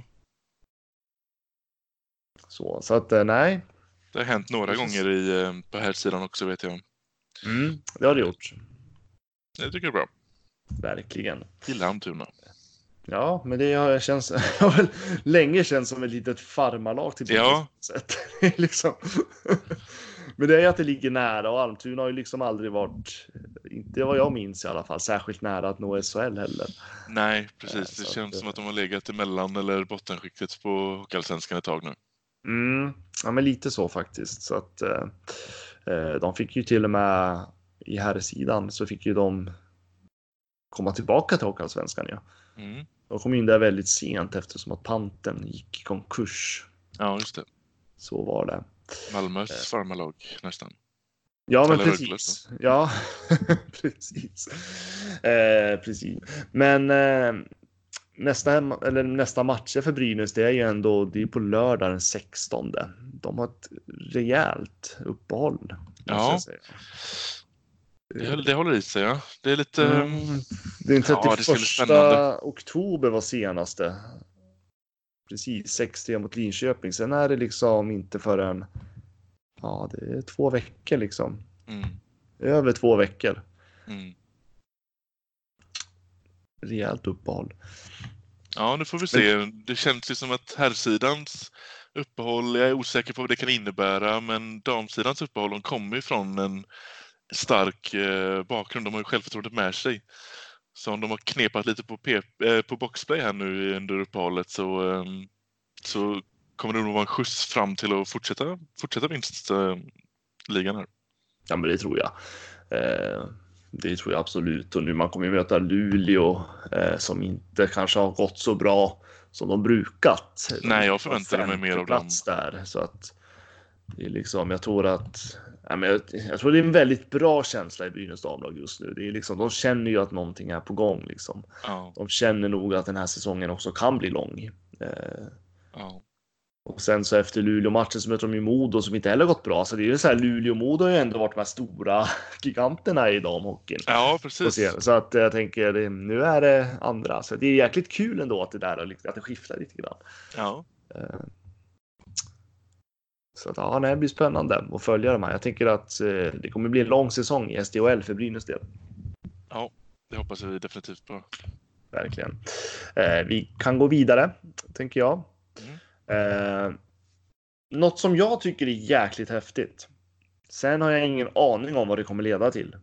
Så, så att, äh, nej. Det har hänt några Precis. gånger i, på här sidan också, vet jag. Mm, det har det gjort. Jag tycker det är bra. Verkligen. Gillar Almtuna. Ja, men det har känns har väl länge känns som ett litet farmarlag till ja. sätt. liksom. Men det är att det ligger nära och Almtuna har ju liksom aldrig varit, inte vad jag minns i alla fall, särskilt nära att nå S H L heller. Nej, precis. Äh, det känns att, som att de har legat emellan eller bottenskiktet på Hockeyallsvenskan ett tag nu. Mm, ja, men lite så faktiskt. Så att eh, de fick ju till och med i här sidan så fick ju de komma tillbaka till Hockeyallsvenskan. Ja. Mm. De kom in där väldigt sent eftersom att panten gick i konkurs. Ja, just det. Så var det. Malmös eh. farmarlag nästan. Ja, men Eller precis. Ja, precis. Eh, precis. Men eh, nästa, eller nästa matcher för Brynäs, det är ju ändå det är på lördag den sextonde. De har ett rejält uppehåll. Ja. Det, det håller i sig, ja. Det är lite... Mm. Den trettioförsta ja, oktober var senaste. Precis, sex tre mot Linköping. Sen är det liksom inte förrän... Ja, det är två veckor liksom. Mm. Över två veckor. Mm. Rejält uppehåll. Ja, nu får vi se. Det känns ju som att herrsidans uppehåll, jag är osäker på vad det kan innebära, men damsidans uppehåll, de kommer ju från en stark eh, bakgrund. De har ju självförtroendet med sig. Så om de har knepat lite på, P- eh, på boxplay här nu under uppehållet så, eh, så kommer det nog vara en skjuts fram till att fortsätta, fortsätta vinstligan här. Ja, men det tror jag. Eh, det tror jag absolut. Och nu man kommer möta Luleå eh, som inte kanske har gått så bra som de brukat. Nej, jag förväntar mig mer av dem. Där, så att det är liksom, jag tror att ja, men jag, jag tror det är en väldigt bra känsla i Brynäs damlag just nu. Det är liksom, de känner ju att någonting är på gång. Liksom. Ja. De känner nog att den här säsongen också kan bli lång. Eh, ja. Och sen så efter Luleå-matchen så möter de ju Modo som inte heller gått bra. Så det är ju så här, Luleå-Modo har ju ändå varit de här stora giganterna i damhockeyn. Ja, precis. Så att jag tänker, nu är det andra. Så det är jäkligt kul ändå att det där att det skiftar lite grann. Ja. Så att ja, det blir spännande att följa de här. Jag tänker att det kommer bli en lång säsong i S D H L för Brynäs del. Ja, det hoppas vi definitivt på. Verkligen. Vi kan gå vidare, tänker jag. Mm. Eh, något som jag tycker är jäkligt häftigt. Sen har jag ingen aning om vad det kommer leda till.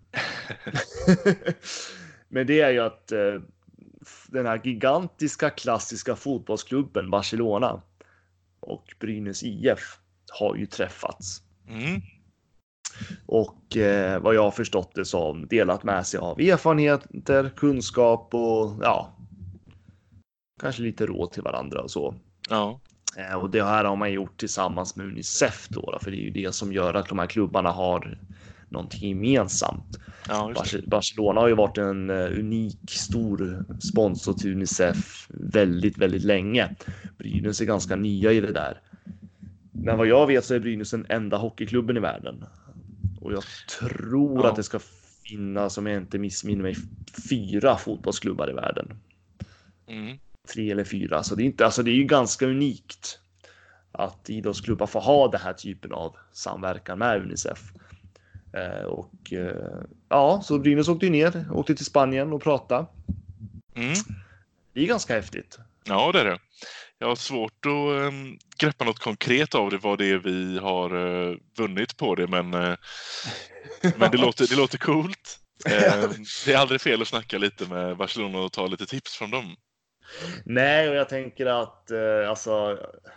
Men det är ju att eh, den här gigantiska klassiska fotbollsklubben Barcelona och Brynäs I F har ju träffats. Mm. Och eh, vad jag har förstått det som delat med sig av erfarenheter, kunskap och ja, kanske lite råd till varandra och så. Ja. Och det här har man gjort tillsammans med UNICEF då, för det är ju det som gör att de här klubbarna har någonting gemensamt. Ja, Barcelona har ju varit en unik stor sponsor till UNICEF väldigt, väldigt länge. Brynäs är ganska nya i det där. Men vad jag vet så är Brynäs den enda hockeyklubben i världen. Och jag tror Ja. att det ska finnas, om jag inte missminner mig, fyra fotbollsklubbar i världen. Mm. Tre eller fyra. Så det är, inte, alltså det är ju ganska unikt att idrottsklubbar får ha den här typen av samverkan med Unicef. Eh, och eh, ja, så Brynäs åkte ju ner, åkte till Spanien och pratade. Mm. Det är ganska häftigt. Ja, det är det. Jag har svårt att um, greppa något konkret av det, vad det är vi har uh, vunnit på det, men, uh, men det, låter, det låter coolt. Uh, det är aldrig fel att snacka lite med Barcelona och ta lite tips från dem. Nej, och jag tänker att eh, alltså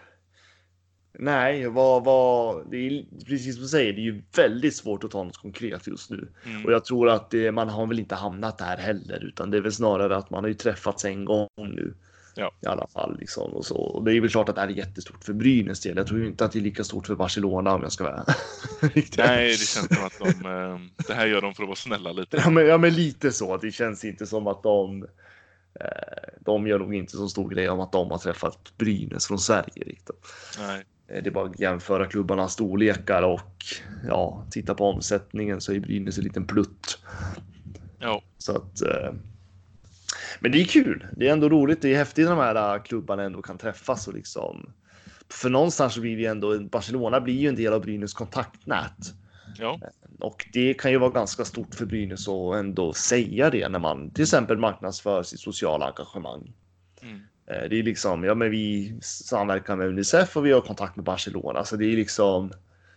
nej, vad, vad, det är precis som du säger, det är ju väldigt svårt att ta något konkret just nu. Mm. Och jag tror att det, man har väl inte hamnat där heller, utan det är väl snarare att man har ju träffats en gång nu. Ja. I alla fall liksom och så. Och det är väl klart att det här är jättestort för Brynäs del. Jag tror ju inte att det är lika stort för Barcelona, om jag ska vara riktigt. Nej, det känns som att de, eh, det här gör de för att vara snälla lite. Ja men, ja, men lite så. Det känns inte som att de eh, de gör nog inte så stor grej om att de har träffat Brynäs från Sverige riktigt. Nej. Det är bara att jämföra klubbarnas storlekar och ja, titta på omsättningen så är Brynäs en liten plutt. Ja. Så att eh, men det är kul. Det är ändå roligt. Det är häftigt när de här klubbarna ändå kan träffas och liksom. För någonstans så blir det ändå, Barcelona blir ju en del av Brynäs kontaktnät. Ja. Och det kan ju vara ganska stort för Brynäs att ändå säga det när man till exempel marknadsför sitt sociala engagemang. Mm. Det är liksom, ja men vi samverkar med Unicef och vi har kontakt med Barcelona. Så det är liksom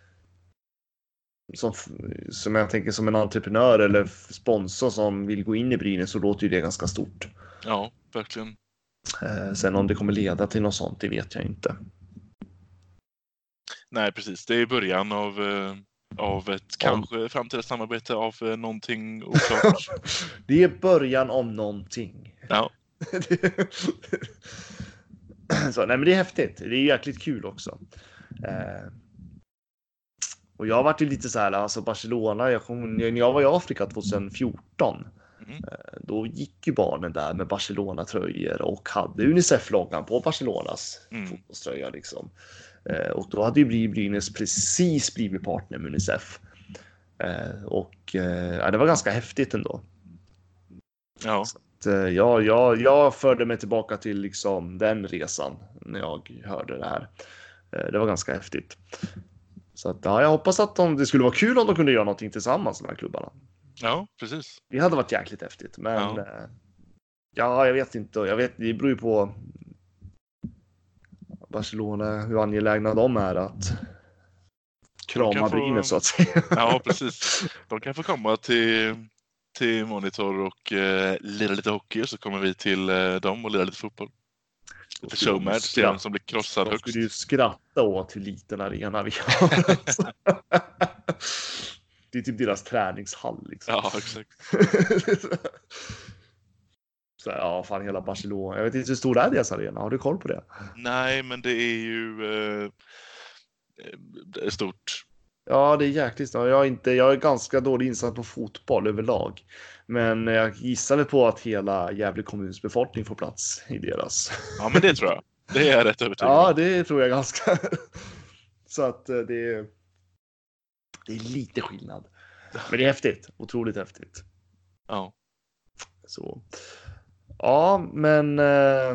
som, som jag tänker som en entreprenör eller sponsor som vill gå in i Brynäs, så låter ju det ganska stort. Ja, verkligen. Eh, sen om det kommer leda till något sånt, det vet jag inte. Nej, precis. Det är början av, eh, av ett Ja. kanske framtida samarbete av eh, någonting oklart. Det är början om någonting. Ja. Så, nej men det är häftigt. Det är jäkligt kul också. Eh, och jag har varit ju lite så här, alltså Barcelona, jag kom, när jag var i Afrika tjugohundrafjorton, Mm. eh, då gick ju barnen där med Barcelona-tröjor och hade Unicef-loggan på Barcelonas Mm. fotbollströja liksom. Eh, och då hade ju Brynäs precis blivit partner med Unicef. Eh, och eh, ja, det var ganska häftigt ändå. Ja. Ja, jag, jag förde mig tillbaka till liksom den resan när jag hörde det här. Det var ganska häftigt. Så att, ja, jag hoppas att de, det skulle vara kul om de kunde göra någonting tillsammans, de här klubbarna. Ja, precis. Det hade varit jäkligt häftigt, men Ja. ja, ja jag vet inte. Jag vet, det beror ju på Barcelona, hur angelägna de är att krama kan få- Brynäs så att säga. Ja, precis. De kan få komma till, till Monitor och eh, lira lite hockey, så kommer vi till eh, dem och lira lite fotboll. Lite showmatch, se vem som blir krossad De högst. skulle ju skratta åt hur liten arena vi har. Alltså. Det är typ deras träningshall liksom. Ja, exakt. Så ja, fan hela Barcelona. Jag vet inte hur stor är deras arena. Har du koll på det? Nej, men det är ju eh, det är stort. Ja, det är jäkligt stort. Jag är inte, jag är ganska dålig insatt på fotboll överlag. Men jag gissade på att hela Gävle kommuns befolkning får plats i deras. Ja, men det tror jag. Det är jag rätt övertygad Ja, om. det tror jag ganska. Så att eh, det är, det är lite skillnad. Men det är häftigt. Otroligt häftigt. Ja. Så. Ja, men eh,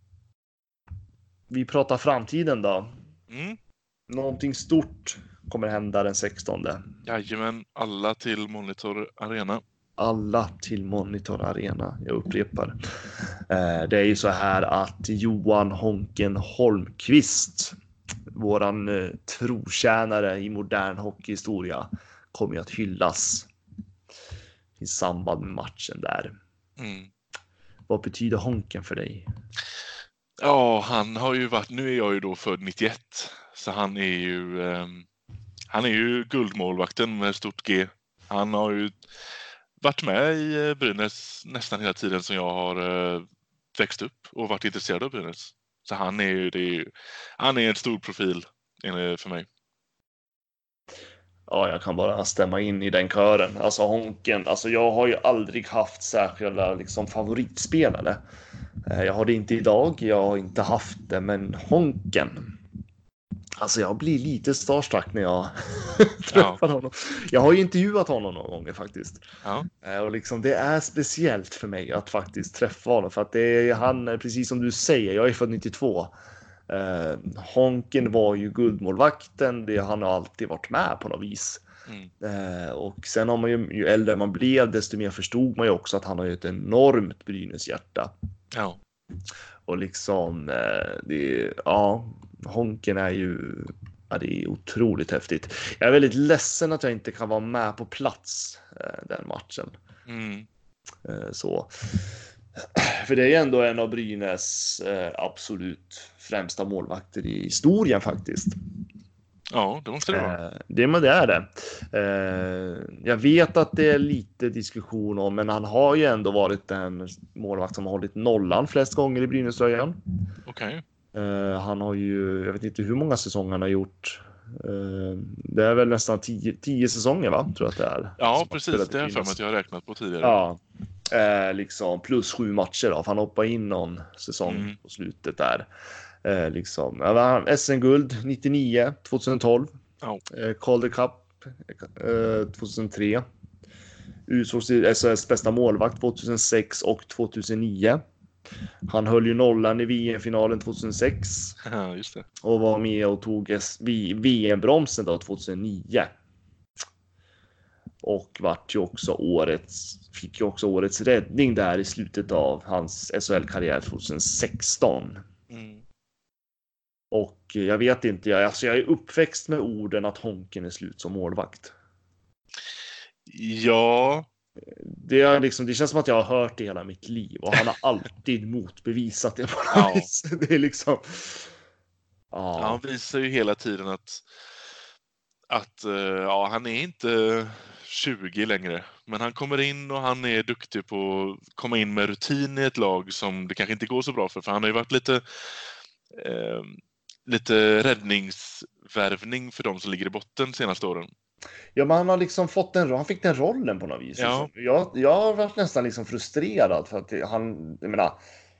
vi pratar framtiden då. Mm. Någonting stort kommer hända den sextonde. Jajamän, alla till Monitor Arena. Alla till Monitor Arena, jag upprepar. Eh, det är ju så här att Johan Honken Holmqvist, våran eh, trotjänare i modern hockeyhistoria, kommer ju att hyllas i samband med matchen där. Mm. Vad betyder Honken för dig? Ja, han har ju varit, nu är jag ju då född nittioett, så han är ju eh, han är ju guldmålvakten med stort G. Han har ju varit med i Brynäs nästan hela tiden som jag har eh, växt upp och varit intresserad av Brynäs. Så han är ju, det är ju, han är en stor profil för mig. Ja, jag kan bara stämma in i den kören. Alltså Honken, alltså jag har ju aldrig haft särskilda liksom favoritspelare. Jag har det inte idag, jag har inte haft det, men Honken. Alltså jag blir lite starstruck när jag träffar ja. honom. Jag har ju intervjuat honom några gånger faktiskt. Ja. Och liksom det är speciellt för mig att faktiskt träffa honom. För att det är han, precis som du säger, jag är född nittiotvå. Eh, Honken var ju guldmålvakten. Det, han har alltid varit med på något vis. Mm. Eh, och sen har man ju, ju äldre man blev, desto mer förstod man ju också att han har ju ett enormt Brynäs hjärta. Ja. Och liksom, eh, det, ja, Honken är ju, ja, det är otroligt häftigt. Jag är väldigt ledsen att jag inte kan vara med på plats eh, den matchen. Mm. Eh, så. För det är ändå en av Brynäs eh, absolut främsta målvakter i historien faktiskt. Ja, det måste det vara. Eh, det, men det är det. Eh, jag vet att det är lite diskussion om, men han har ju ändå varit den målvakt som har hållit nollan flest gånger i Brynäs-tröjan. Okej. Okay. Eh, han har ju, jag vet inte hur många säsonger han har gjort. Eh, det är väl nästan tio, tio säsonger, va? Tror jag att det är. Ja, precis. Det är för mig att jag har räknat på tidigare. Ja, eh, liksom plus sju matcher då. För han hoppade in någon säsong mm. på slutet där. Eh, liksom. S M-guld nittionio, tjugohundratolv. Oh. Eh, Calder Cup eh, tjugohundratre. Utsågs till S H L:s bästa målvakt tjugohundrasex och tjugohundranio. Han höll ju nollan i V M-finalen tjugohundrasex. Ja, just det. Och var med och tog V M-bromsen då tjugohundranio. Och vart ju också årets, fick ju också årets räddning där i slutet av hans S H L-karriär tjugohundrasexton. Mm. Och jag vet inte, jag, alltså jag är uppväxt med orden att Honken är slut som målvakt. Ja. Det, är liksom, det känns som att jag har hört det hela mitt liv. Och han har alltid motbevisat det. Ja. Det är liksom... Ja. Ja, han visar ju hela tiden att, att ja, han är inte tjugo längre. Men han kommer in och han är duktig på att komma in med rutin i ett lag som det kanske inte går så bra för. För han har ju varit lite... Eh, lite räddningsvärvning för de som ligger i botten senaste åren. Ja, men han har liksom fått den, han fick den rollen på något vis. Ja. Liksom. Jag, jag har varit nästan liksom frustrerad för att han, jag menar,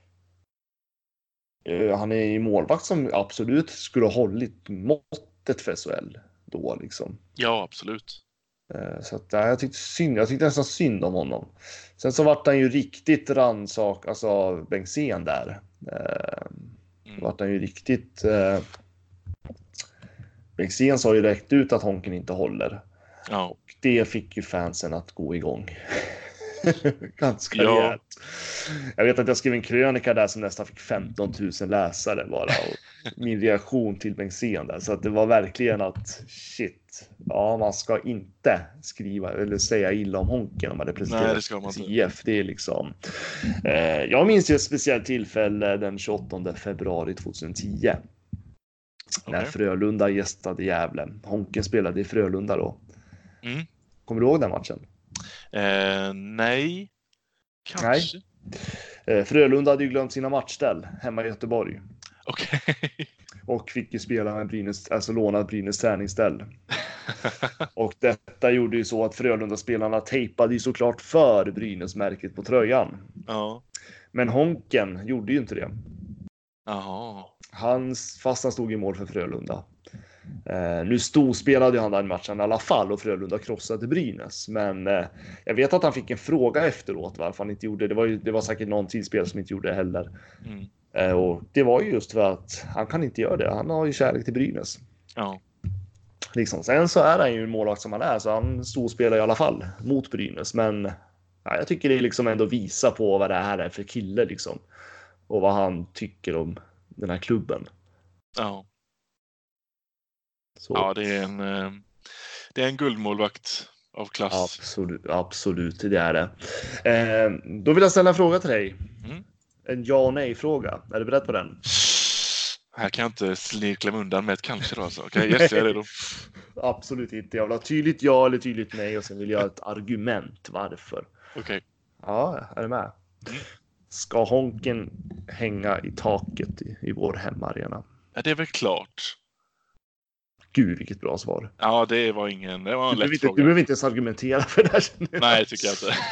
han är ju målvakt som absolut skulle ha hållit måttet för S H L då liksom. Ja, absolut. Så att, jag tyckte synd, jag tyckte nästan synd om honom. Sen så vart han ju riktigt ransak, alltså Bengtzén där. Mm. Vart han ju riktigt eh, Bengtzén sa ju rätt ut att Honken inte håller. Ja. Och det fick ju fansen att gå igång. Ganska ja. rejält. Jag vet att jag skrev en krönika där som nästan fick femton tusen läsare bara. Och min reaktion till Bengtzén där. Så att det var verkligen att shit. Ja, man ska inte skriva eller säga illa om Honken om man representerar I F. Det är liksom... Eh, jag minns ju ett speciellt tillfälle den tjugoåttonde februari tjugohundratio. Okay. När Frölunda gästade Gävle. Honken spelade i Frölunda då. Mm. Kommer du ihåg den matchen? Eh, nej. Kanske. Nej. Eh, Frölunda hade ju glömt sina matchställ hemma i Göteborg. Okej. Okay. Och fick ju spela med Brynäs, alltså lånad Brynäs träningsställ. Och detta gjorde ju så att Frölunda-spelarna tejpade ju såklart för Brynäs-märket på tröjan. Ja. Men Honken gjorde ju inte det. Jaha. Han, fast han stod i mål för Frölunda. Eh, nu stod, spelade han den matchen i alla fall och Frölunda krossade Brynäs. Men eh, jag vet att han fick en fråga efteråt varför han inte gjorde det. Det var, ju, det var säkert någon tillspelare som inte gjorde det heller. Mm. Eh, och det var ju just för att han kan inte göra det. Han har ju kärlek till Brynäs. Ja. Liksom. Sen så är han ju en målvakt som han är, så han storspelar i alla fall mot Brynäs. Men ja, jag tycker det liksom ändå visar på vad det här är för kille liksom. Och vad han tycker om den här klubben. Ja. Så. Ja, det är en det är en guldmålvakt av klass. Absolut, absolut det är det. Eh, då vill jag ställa en fråga till dig. Mm. En ja och nej fråga. Är du beredd på den? Här kan jag inte snirkla mig undan med ett kanske då alltså. Okej, okay, yes, jag är redo. Absolut inte. Jag vill ha tydligt ja eller tydligt nej och sen vill jag ha ett argument varför. Okej. Okay. Ja, är du med? Mm. Ska Honken hänga i taket i, i vår hemmaarena? Ja, det är väl klart. Gud, vilket bra svar. Ja, det var ingen det var en du, lätt inte, fråga. Du behöver inte ens argumentera för det här. Nej, tycker jag inte.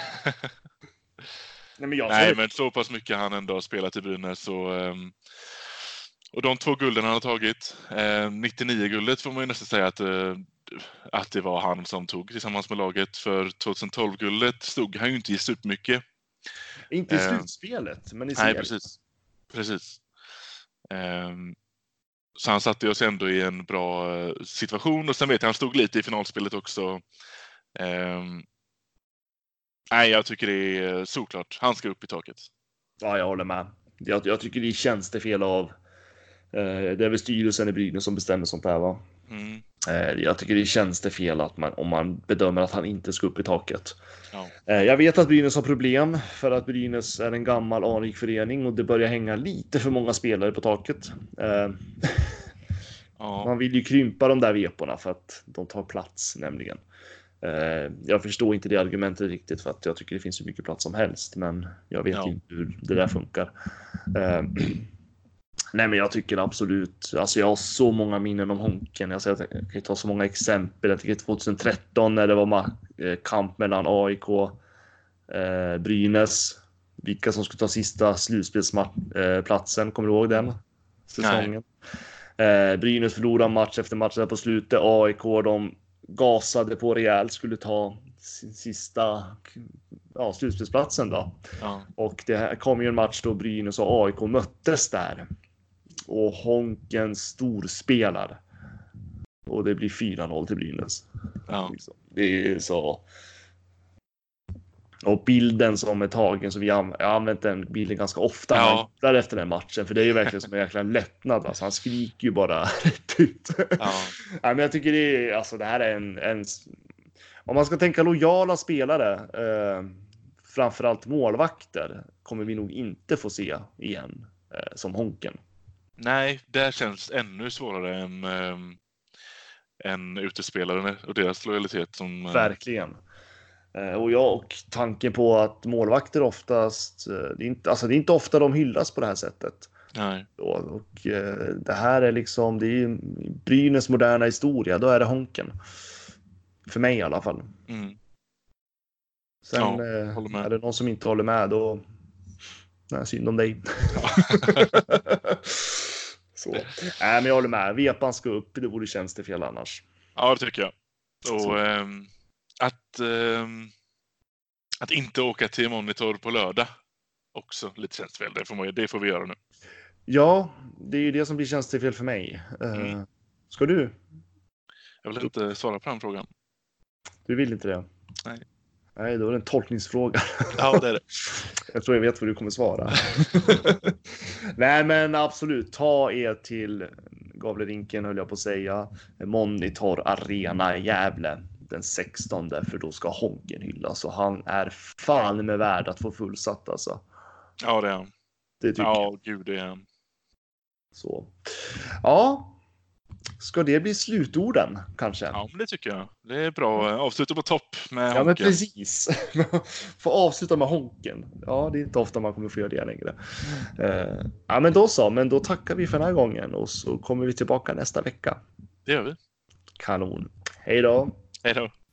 Nej, men, jag Nej, men så pass mycket han ändå har spelat i Brynäs så um, Och de två gulden han har tagit, eh, nittionio-guldet får man ju nästan säga att, eh, att det var han som tog tillsammans med laget. För tjugohundratolv-guldet stod han ju inte i supermycket. Inte i Eh, slutspelet, men i Nej, serien. precis. precis. Eh, så han satte oss ändå i en bra eh, situation. Och sen vet jag, han stod lite i finalspelet också. Eh, nej, jag tycker det är såklart. Han ska upp i taket. Ja, jag håller med. Jag, jag tycker det är tjänstefel av eh, det är väl styrelsen i Brynäs som bestämmer sånt här, va? Mm. Eh, jag tycker det är tjänstefel att man, om man bedömer att han inte ska upp i taket. Ja. Eh, jag vet att Brynäs har problem för att Brynäs är en gammal anrik förening och det börjar hänga lite för många spelare på taket. Eh, Ja. Man vill ju krympa de där veporna för att de tar plats nämligen. Eh, jag förstår inte det argumentet riktigt för att jag tycker det finns så mycket plats som helst, men jag vet Ja. inte hur det där funkar. Eh, nej, men jag tycker absolut, alltså jag har så många minnen om Honken. Jag, säger, jag kan ta så många exempel. Jag tycker tjugohundratretton när det var ma- eh, kamp mellan A I K eh, Brynäs, vilka som skulle ta sista slutspelsplatsen, kommer du ihåg den säsongen? Eh, Brynäs förlorade match efter match där på slutet. A I K, de gasade på rejält, skulle ta sin sista ja, slutspelsplatsen då. Ja. Och det här kom ju en match då Brynäs och A I K möttes där. Och Honken storspelar. Och det blir fyra noll till Brynäs. Ja. Det är så. Och bilden som är tagen, så vi har jag har använt den bilden ganska ofta Ja. där efter den matchen, för det är ju verkligen som en jäkla lättnad. Alltså, han skriker ju bara rätt ut. Ja. Ja, men jag tycker det är, alltså det här är en, en om man ska tänka lojala spelare, eh, framförallt målvakter, kommer vi nog inte få se igen eh, som Honken. Nej, det känns ännu svårare än, ähm, än utespelare och deras lojalitet. Som, äh... Verkligen. Eh, och jag och tanken på att målvakter oftast, eh, det, är inte, alltså det är inte ofta de hyllas på det här sättet. Nej. Och, och eh, det här är liksom, det är Brynäs moderna historia, då är det Honken. För mig i alla fall. Mm. Sen Ja, eh, håller med. är det någon som inte håller med, då nej, synd om dig. Ja. Så. Nej, men jag håller med. Vepan ska upp, det vore tjänstefel annars. Ja, det tycker jag. Och Så. ähm, att, ähm, att inte åka till Monitor på lördag också lite tjänstefel. Det får, man, det får vi göra nu. Ja, det är ju det som blir tjänstefel för mig. Mm. Uh, ska du? Jag vill inte svara på den frågan. Du vill inte det? Nej. Nej, då är det en tolkningsfråga. Ja, det är det. Jag tror jag vet vad du kommer svara. Nej, men absolut. Ta er till Gavlerinken, höll jag på att säga. Monitor Arena i Gävle den sextonde, för då ska Honken hyllas. Så han är fan med värd att få fullsatt alltså. Ja, det är han. Det tycker Ja, jag. gud, det är han. Så. Ja. Ska det bli slutorden kanske? Ja, men det tycker jag. Det är bra. Avsluta på topp med Ja, Honken. men precis. Få avsluta med Honken. Ja, det är inte ofta man kommer få göra det längre. Uh, ja, men då så. Men då tackar vi för den här gången och så kommer vi tillbaka nästa vecka. Det gör vi. Kanon. Hej då. Hej då.